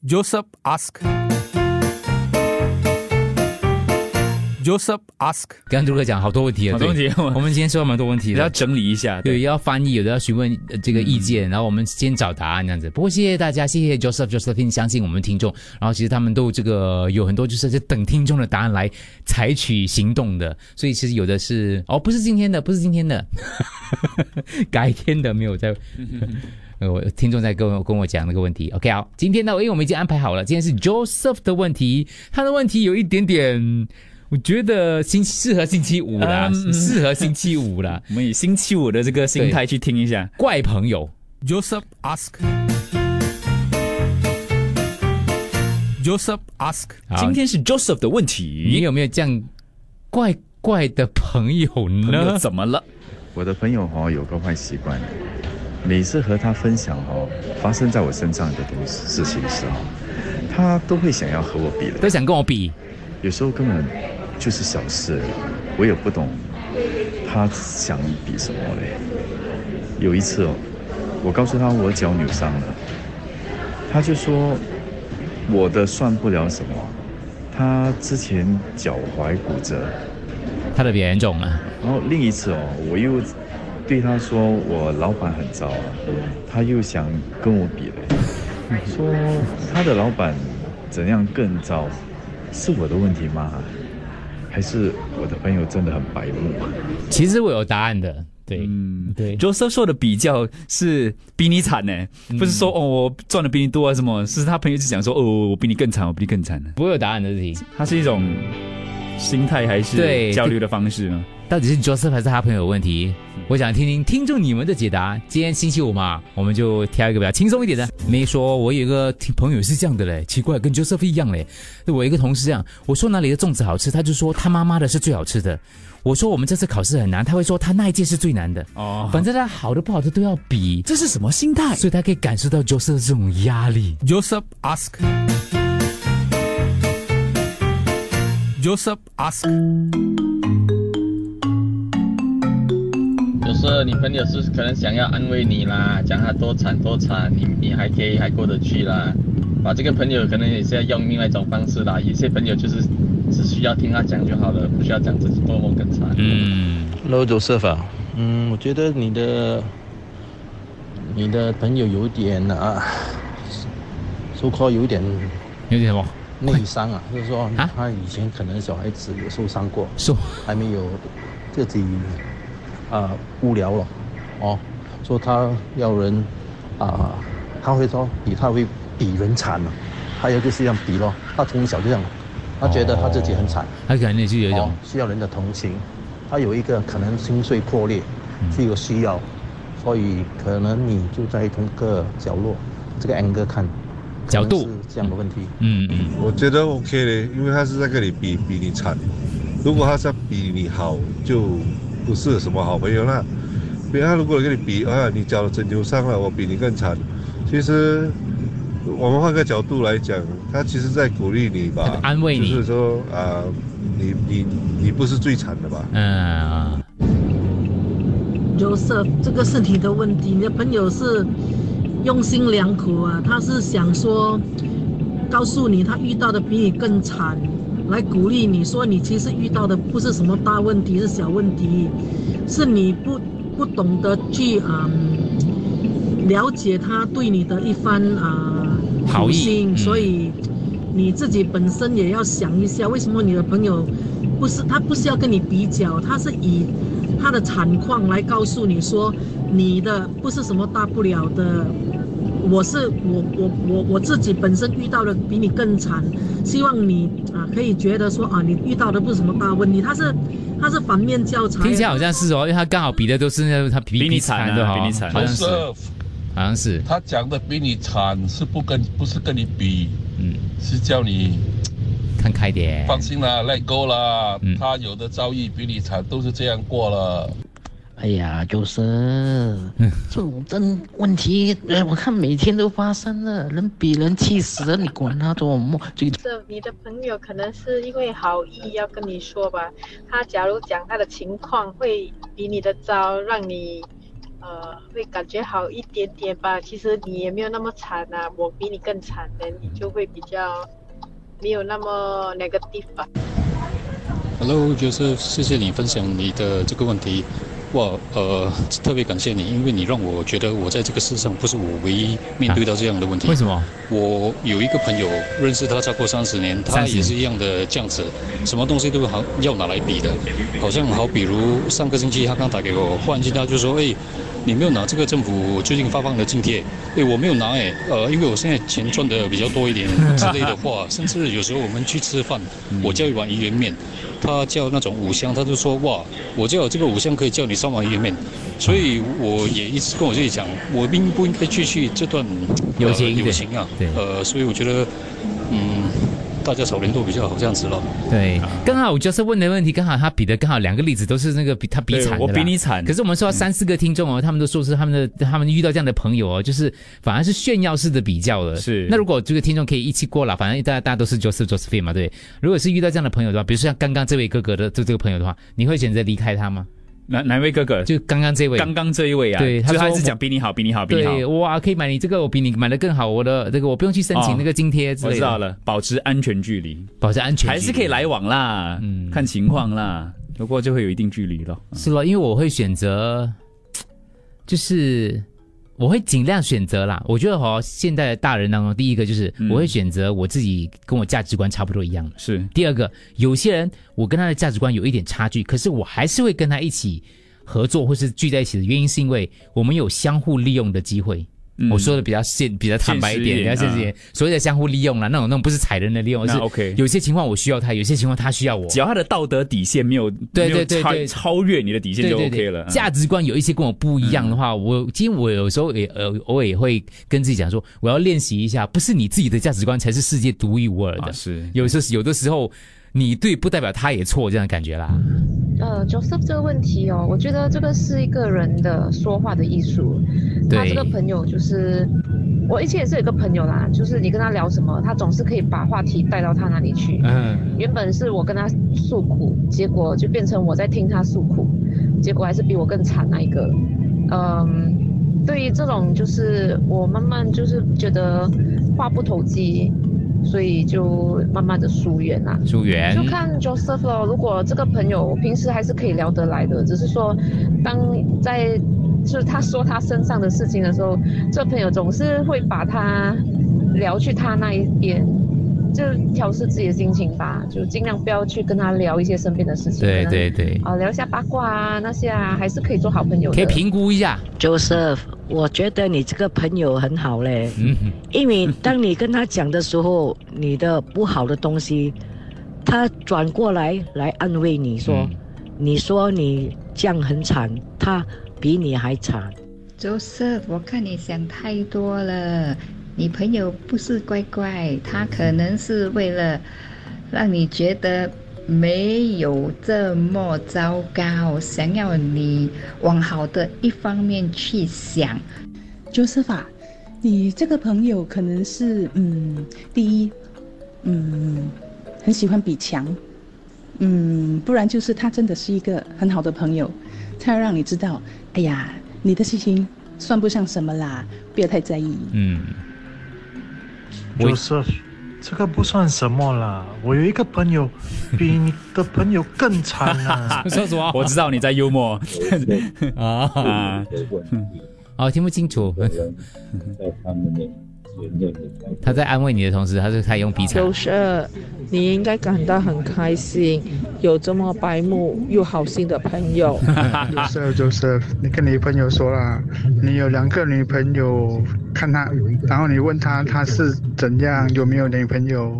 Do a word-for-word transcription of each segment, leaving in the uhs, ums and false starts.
Joseph ask。Joseph ask， 刚刚朱哥讲好多问题了， 好多问题， 我们今天说了蛮多问题的， 要整理一下， 对，要翻译，有的要询问这个意见，嗯、然后我们先找答案这样子。不过谢谢大家，谢谢 Joseph Josephine 相信我们听众，然后其实他们都这个有很多就是在等听众的答案来采取行动的，所以其实有的是哦，不是今天的，不是今天的，改天的没有在。我听众在跟我跟我讲那个问题 ，OK 好，今天呢，因为我们已经安排好了，今天是 Joseph 的问题，他的问题有一点点。我觉得星适合星期五啦，嗯、适合星期五啦。 我们以星期五的这个心态去听一下。 怪朋友 ，Joseph ask。Joseph ask， 今天是 Joseph 的问题， 你有没有这样怪怪的朋友呢？ 朋友怎么了？ 我的朋友哦有个坏习惯，每次和他分享哦发生在我身上的东西事情时候，他都会想要和我比的， 都想跟我比， 有时候根本。就是小事，我也不懂他想比什么嘞。有一次哦，我告诉他我脚扭伤了，他就说我的算不了什么，他之前脚踝骨折， 他的比较严重啊。 然后另一次哦，我又对他说我老板很糟啊，他又想跟我比嘞，说他的老板怎样更糟，是我的问题吗？还是我的朋友真的很白目？ 其实我有答案的，对， 嗯， 对。 Joseph 说的比较是比你惨呢，嗯、不是说哦我赚的比你多啊什么，是他朋友就讲说哦我比你更惨，我比你更惨。 不会有答案的问题， 它是一种心态还是交流的方式吗？ 到底是 Joseph 还是他朋友有问题？我想听听听众你们的解答。今天星期五嘛，我们就挑一个比较轻松一点的。没说我有一个朋友是这样的嘞，奇怪，跟 Joseph 一样嘞。我一个同事这样，我说哪里的粽子好吃，他就说他妈妈的是最好吃的。我说我们这次考试很难，他会说他那一届是最难的。哦，反正他好的不好的都要比， 这是什么心态？ 所以他可以感受到 Joseph 这种压力。 Joseph ask。Joseph ask。 就是你朋友是可能想要安慰你啦，讲他多惨多惨，你你还可以还过得去啦。啊，这个朋友可能也是要用另外一种方式啦。有些朋友就是只需要听他讲就好了，不需要讲自己多么更惨。 嗯 ，Hello Joseph 啊，嗯，我觉得你的你的朋友有点啊，so called有点有点什么内伤啊，就是说他以前可能小孩子有受伤过， 受还没有自己。啊，无聊了，哦，说他要人，啊，他会说比他会比人惨了，还有就是这样比咯，他从小就这样，他觉得他自己很惨，哦、 他可能就有一种、 哦、需要人的同情，他有一个可能心碎破裂，是一个需要，所以可能你就在同个角落，这个 angle 看， 角度是这样的问题。 嗯嗯， 我觉得 OK 的，因为他是在跟你比比你惨，如果他是比你好就。不是什么好朋友啦，比他如果跟你比啊，你脚整扭伤了，我比你更惨。其实我们换个角度来讲，他其实在鼓励你吧， 安慰你， 就是说啊、呃，你你你不是最惨的吧？ 嗯。 Joseph， 这个是你的问题，你的朋友是用心良苦啊，他是想说告诉你他遇到的比你更惨。来鼓励你说，你其实遇到的不是什么大问题，是小问题，是你不不懂得去嗯了解他对你的一番啊好心、嗯，所以你自己本身也要想一下，为什么你的朋友不是他不是要跟你比较，他是以他的惨况来告诉你说，你的不是什么大不了的。我是我我我我自己本身遇到的比你更惨，希望你啊可以觉得说啊你遇到的不是什么大问题，他是他是反面教材， 听起来好像是哦，因为他刚好比的都是那他比比你惨的，比你惨， 好像是，好像是他讲的比你惨是不跟不是跟你比，嗯，是叫你看开点， 放心啦 ，let go 啦、嗯，他有的遭遇比你惨，都是这样过了。 哎呀，就是这种真问题，我看每天都发生了，人比人气死了，你管他做什么？最这你的朋友可能是因为好意要跟你说吧，他假如讲他的情况会比你的糟，让你呃，会感觉好一点点吧。其实你也没有那么惨啊，我比你更惨的，你就会比较没有那么 negative 吧。 Hello， 就是谢谢你分享你的这个问题。哇，呃，特别感谢你，因为你让我觉得我在这个世上不是我唯一面对到这样的问题。 啊、为什么？ 我有一个朋友认识他超过三十年，他也是一样的这样子，什么东西都好要拿来比的。好像好，比如上个星期他刚打给我，忽然间他就说：“哎，你没有拿这个政府最近发放的津贴？”哎，我没有拿哎，呃，因为我现在钱赚的比较多一点之类的话，甚至有时候我们去吃饭，我叫一碗鱼圆面。他叫那种五香，他就说哇，我叫这个五香可以叫你三碗鱼圆面，所以我也一直跟我自己讲，我应不应该继续这段友情、 呃、友情啊？对，呃，所以我觉得，嗯，大家少联络比较好，这样子咯。 对，刚好我就是问的问题，刚好他比的刚好两个例子都是那个比他比惨的啦， 我比你惨。 可是我们说三四个听众哦，他们都说是他们的他们遇到这样的朋友哦，就是反而是炫耀式的比较了。 是。 那如果这个听众可以一起过了，反正大家大家都是 Joseph Josephine 嘛，对。如果是遇到这样的朋友的话，比如说像刚刚这位哥哥的这这个朋友的话，你会选择离开他吗？ 哪哪位哥哥？ 就刚刚这位， 刚刚这一位啊， 对， 他还是讲比你好，比你好，比你好。 对，哇，可以买你这个，我比你买的更好，我的这个我不用去申请那个津贴之类的。 我知道了，保持安全距离， 保持安全距离， 还是可以来往啦，嗯，看情况啦，不过就会有一定距离了。 是咯，因为我会选择，就是我会尽量选择啦。我觉得哈，现代的大人当中，第一个就是我会选择我自己跟我价值观差不多一样的。 是。 第二个，有些人我跟他的价值观有一点差距，可是我还是会跟他一起合作或是聚在一起的原因，是因为我们有相互利用的机会。嗯、我说的比较现比较坦白一点，比较现实一点。所谓的相互利用啦，那种那种不是踩人的利用，是 OK。 有些情况我需要他，有些情况他需要我。 只要他的道德底线没有对对对对超越你的底线就 OK 了。 对对对价值观有一些跟我不一样的话，嗯、我其实我有时候也呃偶尔也会跟自己讲说，我要练习一下，不是你自己的价值观才是世界独一无二的。 啊、是有时候有的时候你对不代表他也错，这样的感觉啦。 呃 ，Joseph 这个问题哦，我觉得这个是一个人的说话的艺术。他这个朋友就是，我以前也是有一个朋友啦，就是你跟他聊什么，他总是可以把话题带到他那里去。嗯。原本是我跟他诉苦，结果就变成我在听他诉苦，结果还是比我更惨那一个。嗯，对于这种就是我慢慢就是觉得话不投机。所以就慢慢的疏远啦， 疏远。 就看 Joseph 咯，如果这个朋友平时还是可以聊得来的，只是说当在就是他说他身上的事情的时候，这朋友总是会把他聊去他那一边，就调试自己的心情吧，就尽量不要去跟他聊一些身边的事情。 对对对。 啊，聊一下八卦啊那些啊，还是可以做好朋友的。 可以评估一下 ，Joseph。我觉得你这个朋友很好嘞，嗯，因为当你跟他讲的时候，你的不好的东西，他转过来来安慰你说，嗯、你说你这样很惨，他比你还惨。 Joseph，我看你想太多了，你朋友不是乖乖，他可能是为了让你觉得没有这么糟糕，想要你往好的一方面去想。 Joseph啊，你这个朋友可能是嗯，第一，嗯，很喜欢比强，嗯，不然就是他真的是一个很好的朋友，他要让你知道，哎呀，你的事情算不上什么啦，不要太在意。 嗯 ，Joseph。这个不算什么啦，我有一个朋友比你的朋友更惨啊！ 说什么？ 我知道你在幽默啊啊！哦，听不清楚。他在安慰你的同时，他是他用笔惨。 就是你应该感到很开心，有这么白目又好心的朋友。 就是就是，你跟你朋友说啦，你有两个女朋友，看他，然后你问他他是怎样，有没有女朋友？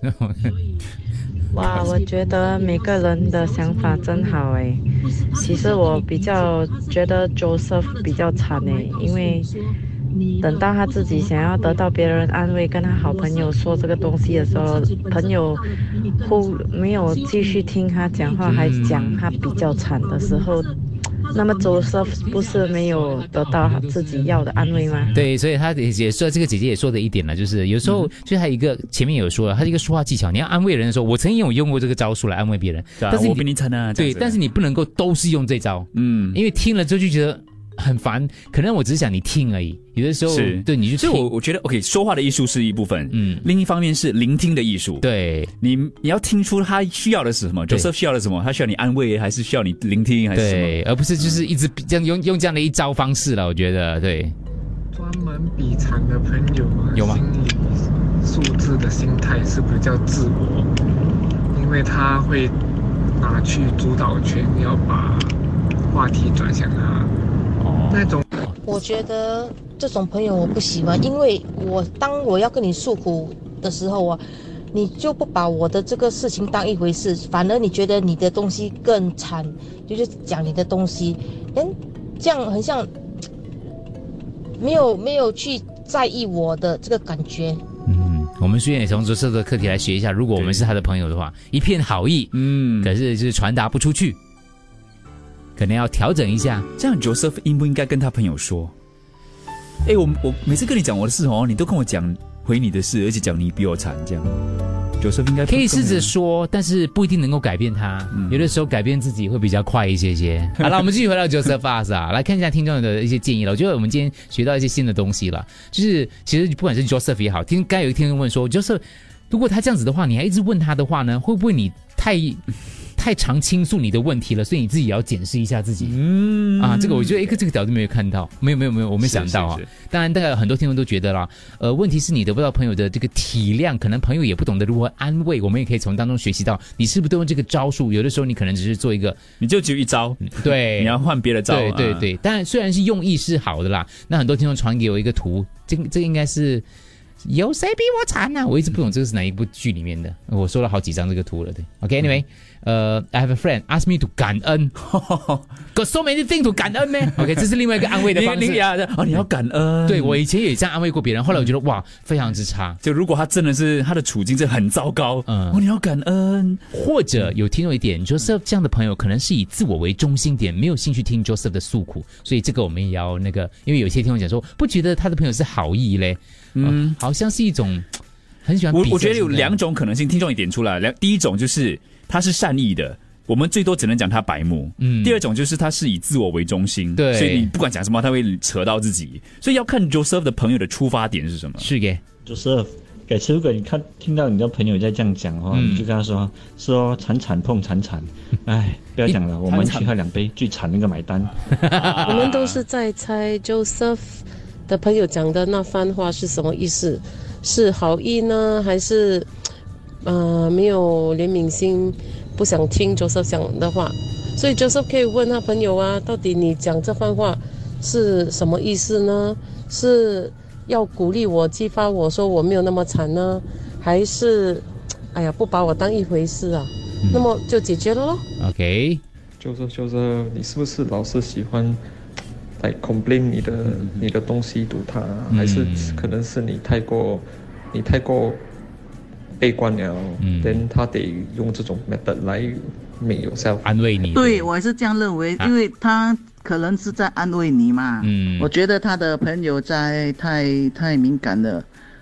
哇，我觉得每个人的想法真好哎。其实我比较觉得 Joseph 比较惨哎，因为等到他自己想要得到别人安慰，跟他好朋友说这个东西的时候，朋友忽没有继续听他讲话，还讲他比较惨的时候，那么 Joseph 不是没有得到自己要的安慰吗？ 对，所以他也说，这个姐姐也说的一点了，就是有时候就是他一个前面有说了，他一个说话技巧，你要安慰人的时候，我曾经有用过这个招数来安慰别人， 啊、 但是我比你惨啊， 对，但是你不能够都是用这招，嗯，因为听了之后就觉得很烦，可能我只是想你听而已。有的时候是对你就听， 所以我我觉得 OK， 说话的艺术是一部分，嗯，另一方面是聆听的艺术。 对， 你你要听出他需要的是什么 ，Joseph 需要的是什么？他需要你安慰，还是需要你聆听，还是什么？ 对，而不是就是一直这样用用这样的一招方式了。我觉得对。 专门比惨的朋友啊， 有吗？ 心理素质的心态是比较自我，因为他会拿去主导权，要把话题转向他。哦，那种我觉得这种朋友我不喜欢，因为我当我要跟你诉苦的时候啊，你就不把我的这个事情当一回事，反而你觉得你的东西更惨，就是讲你的东西，嗯，这样很像。没有没有去在意我的这个感觉。 嗯，我们虽然也从Joseph的课题来学一下，如果我们是他的朋友的话，一片好意，嗯，可是就是传达不出去，可能要调整一下。 这样 Joseph 应不应该跟他朋友说？哎，我我每次跟你讲我的事哦，你都跟我讲回你的事，而且讲你比我惨，这样。Joseph 应该可以试着说，但是不一定能够改变他。嗯、有的时候改变自己会比较快一些些。好了，我们继续回到 Joseph Us 啊，来看一下听众的一些建议了。我觉得我们今天学到一些新的东西了，就是其实不管是 Joseph 也好，听刚有一个听众问说 ，Joseph， 如果他这样子的话，你还一直问他的话呢，会不会你太太常倾诉你的问题了，所以你自己也要检视一下自己。嗯啊，这个我觉得一个这个角度没有看到，没有没有没有，我没想到啊。是是是当然，大概很多听众都觉得啦，呃，问题是你得不到朋友的这个体谅，可能朋友也不懂得如何安慰。我们也可以从当中学习到，你是不是都用这个招数？有的时候你可能只是做一个， 你就只有一招， 对， 你要换别的招。 对对对，当然虽然是用意是好的啦，那很多听众传给我一个图，这这应该是。有谁比我惨啊？我一直不懂这个是哪一部剧里面的。我收了好几张这个图了，对。OK，Anyway，、okay, 呃、uh, ，I have a friend ask me to 感恩，got so many things to 感恩咩 ？OK， 这是另外一个安慰的方式。 你啊，哦，你要感恩。 对，我以前也这样安慰过别人，后来我觉得哇，非常之差。 就如果他真的是他的处境真的很糟糕，嗯，哦，你要感恩。 或者有听到一点 ，Joseph 这样的朋友可能是以自我为中心点，没有兴趣听 Joseph 的诉苦，所以这个我们也要那个，因为有些听众讲说，不觉得他的朋友是好意嘞。嗯、呃，好像是一种很喜欢比较。 我我觉得有两种可能性，听众也点出来。第一种就是他是善意的，我们最多只能讲他白目。嗯。第二种就是他是以自我为中心，对，所以你不管讲什么，他会扯到自己。所以要看 Joseph 的朋友的出发点是什么。 是的 ，Joseph， 改次如果你看听到你的朋友在这样讲哦，嗯、你就跟他说，是哦，惨惨碰惨惨，哎，不要讲了，我们去喝两杯，最惨那个买单。 我们都是在猜 Joseph。的朋友讲的那番话是什么意思？是好意呢，还是呃没有怜悯心，不想听 Joseph 讲的话？所以 Joseph 可以问他朋友啊，到底你讲这番话是什么意思呢？是要鼓励我、激发我说我没有那么惨呢，还是哎呀不把我当一回事啊？嗯、那么就解决了咯。 OK， 就是就是你是不是老是喜欢？来 complain 你的、嗯、你的东西读它、嗯，还是可能是你太过你太过悲观了，嗯，then 他得用这种 method 来 make yourself 安慰你。 对，我也是这样认为，啊、因为他可能是在安慰你嘛。嗯，我觉得他的朋友在太太敏感了。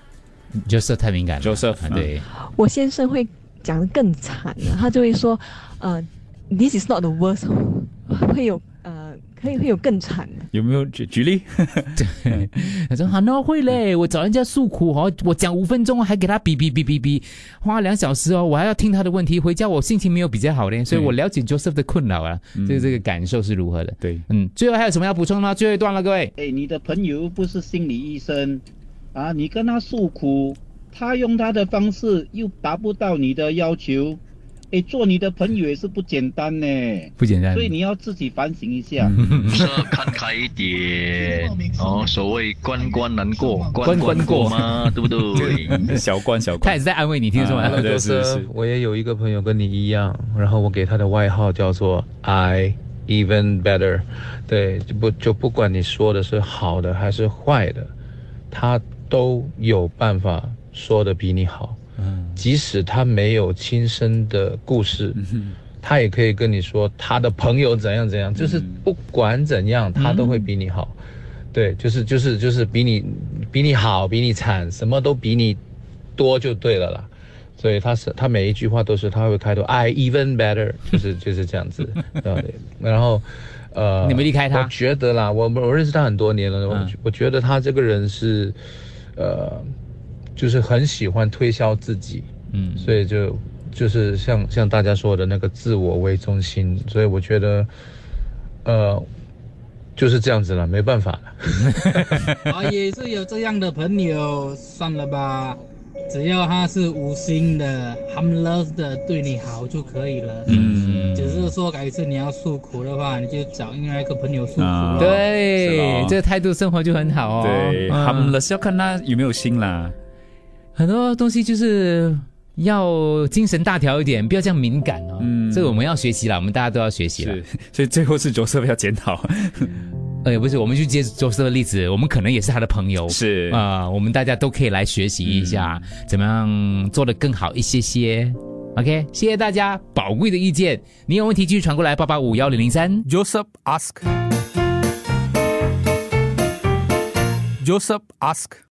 Joseph 太敏感了 ，Joseph 对。 我先生会讲得更惨了，他就会说，呃 ，this is not the worst， 会有呃。会会有更惨的， 有没有举举例？ 对，他说：“好，那会嘞，我找人家诉苦哦，我讲五分钟还给他哔哔哔哔哔，花两小时哦，我还要听他的问题，回家我心情没有比较好嘞，所以我了解 Joseph 的困扰啊，嗯、这个这个感受是如何的？对，嗯，最后还有什么要补充吗？最后一段了，各位。 哎，你的朋友不是心理医生啊，你跟他诉苦，他用他的方式又达不到你的要求。”哎，做你的朋友也是不简单呢， 不简单， 所以你要自己反省一下， 是看开一点哦。所谓关关难过关关过嘛，对不对？ 小关小关， 他也是在安慰你，听说吗？ 对，是是。我也有一个朋友跟你一样，然后我给他的外号叫做 I even better， 对，就不就不管你说的是好的还是坏的，他都有办法说的比你好。嗯，即使他没有亲身的故事，嗯、他也可以跟你说他的朋友怎样怎样，嗯、就是不管怎样，他都会比你好。嗯、对，就是就是就是比你比你好，比你惨，什么都比你多就对了啦。 所以他是他每一句话都是他会开头 I even better， 就是就是这样子。然后呃， 你没离开他？ 我觉得啦，我我认识他很多年了，嗯、我我觉得他这个人是呃，就是很喜欢推销自己，嗯，所以就就是像像大家说的那个自我为中心，所以我觉得呃。就是这样子了，没办法了。 啊，也是有这样的朋友，算了吧，只要他是无心的、harmless 的对你好就可以了。嗯，只是说改次你要诉苦的话，你就找另外一个朋友诉苦、啊。 对，这个态度生活就很好哦。 对、嗯、，harmless 要看他有没有心啦。 很多东西就是要精神大条一点，不要这样敏感哦。嗯，这个我们要学习啦，我们大家都要学习啦。 所以最后是Joseph要检讨。 呃，不是，我们就接Joseph的例子，我们可能也是他的朋友， 是啊、呃，我们大家都可以来学习一下，嗯、怎么样做得更好一些些。OK， 谢谢大家宝贵的意见，你有问题继续传过来，八八五幺零零三。 Joseph ask，Joseph ask。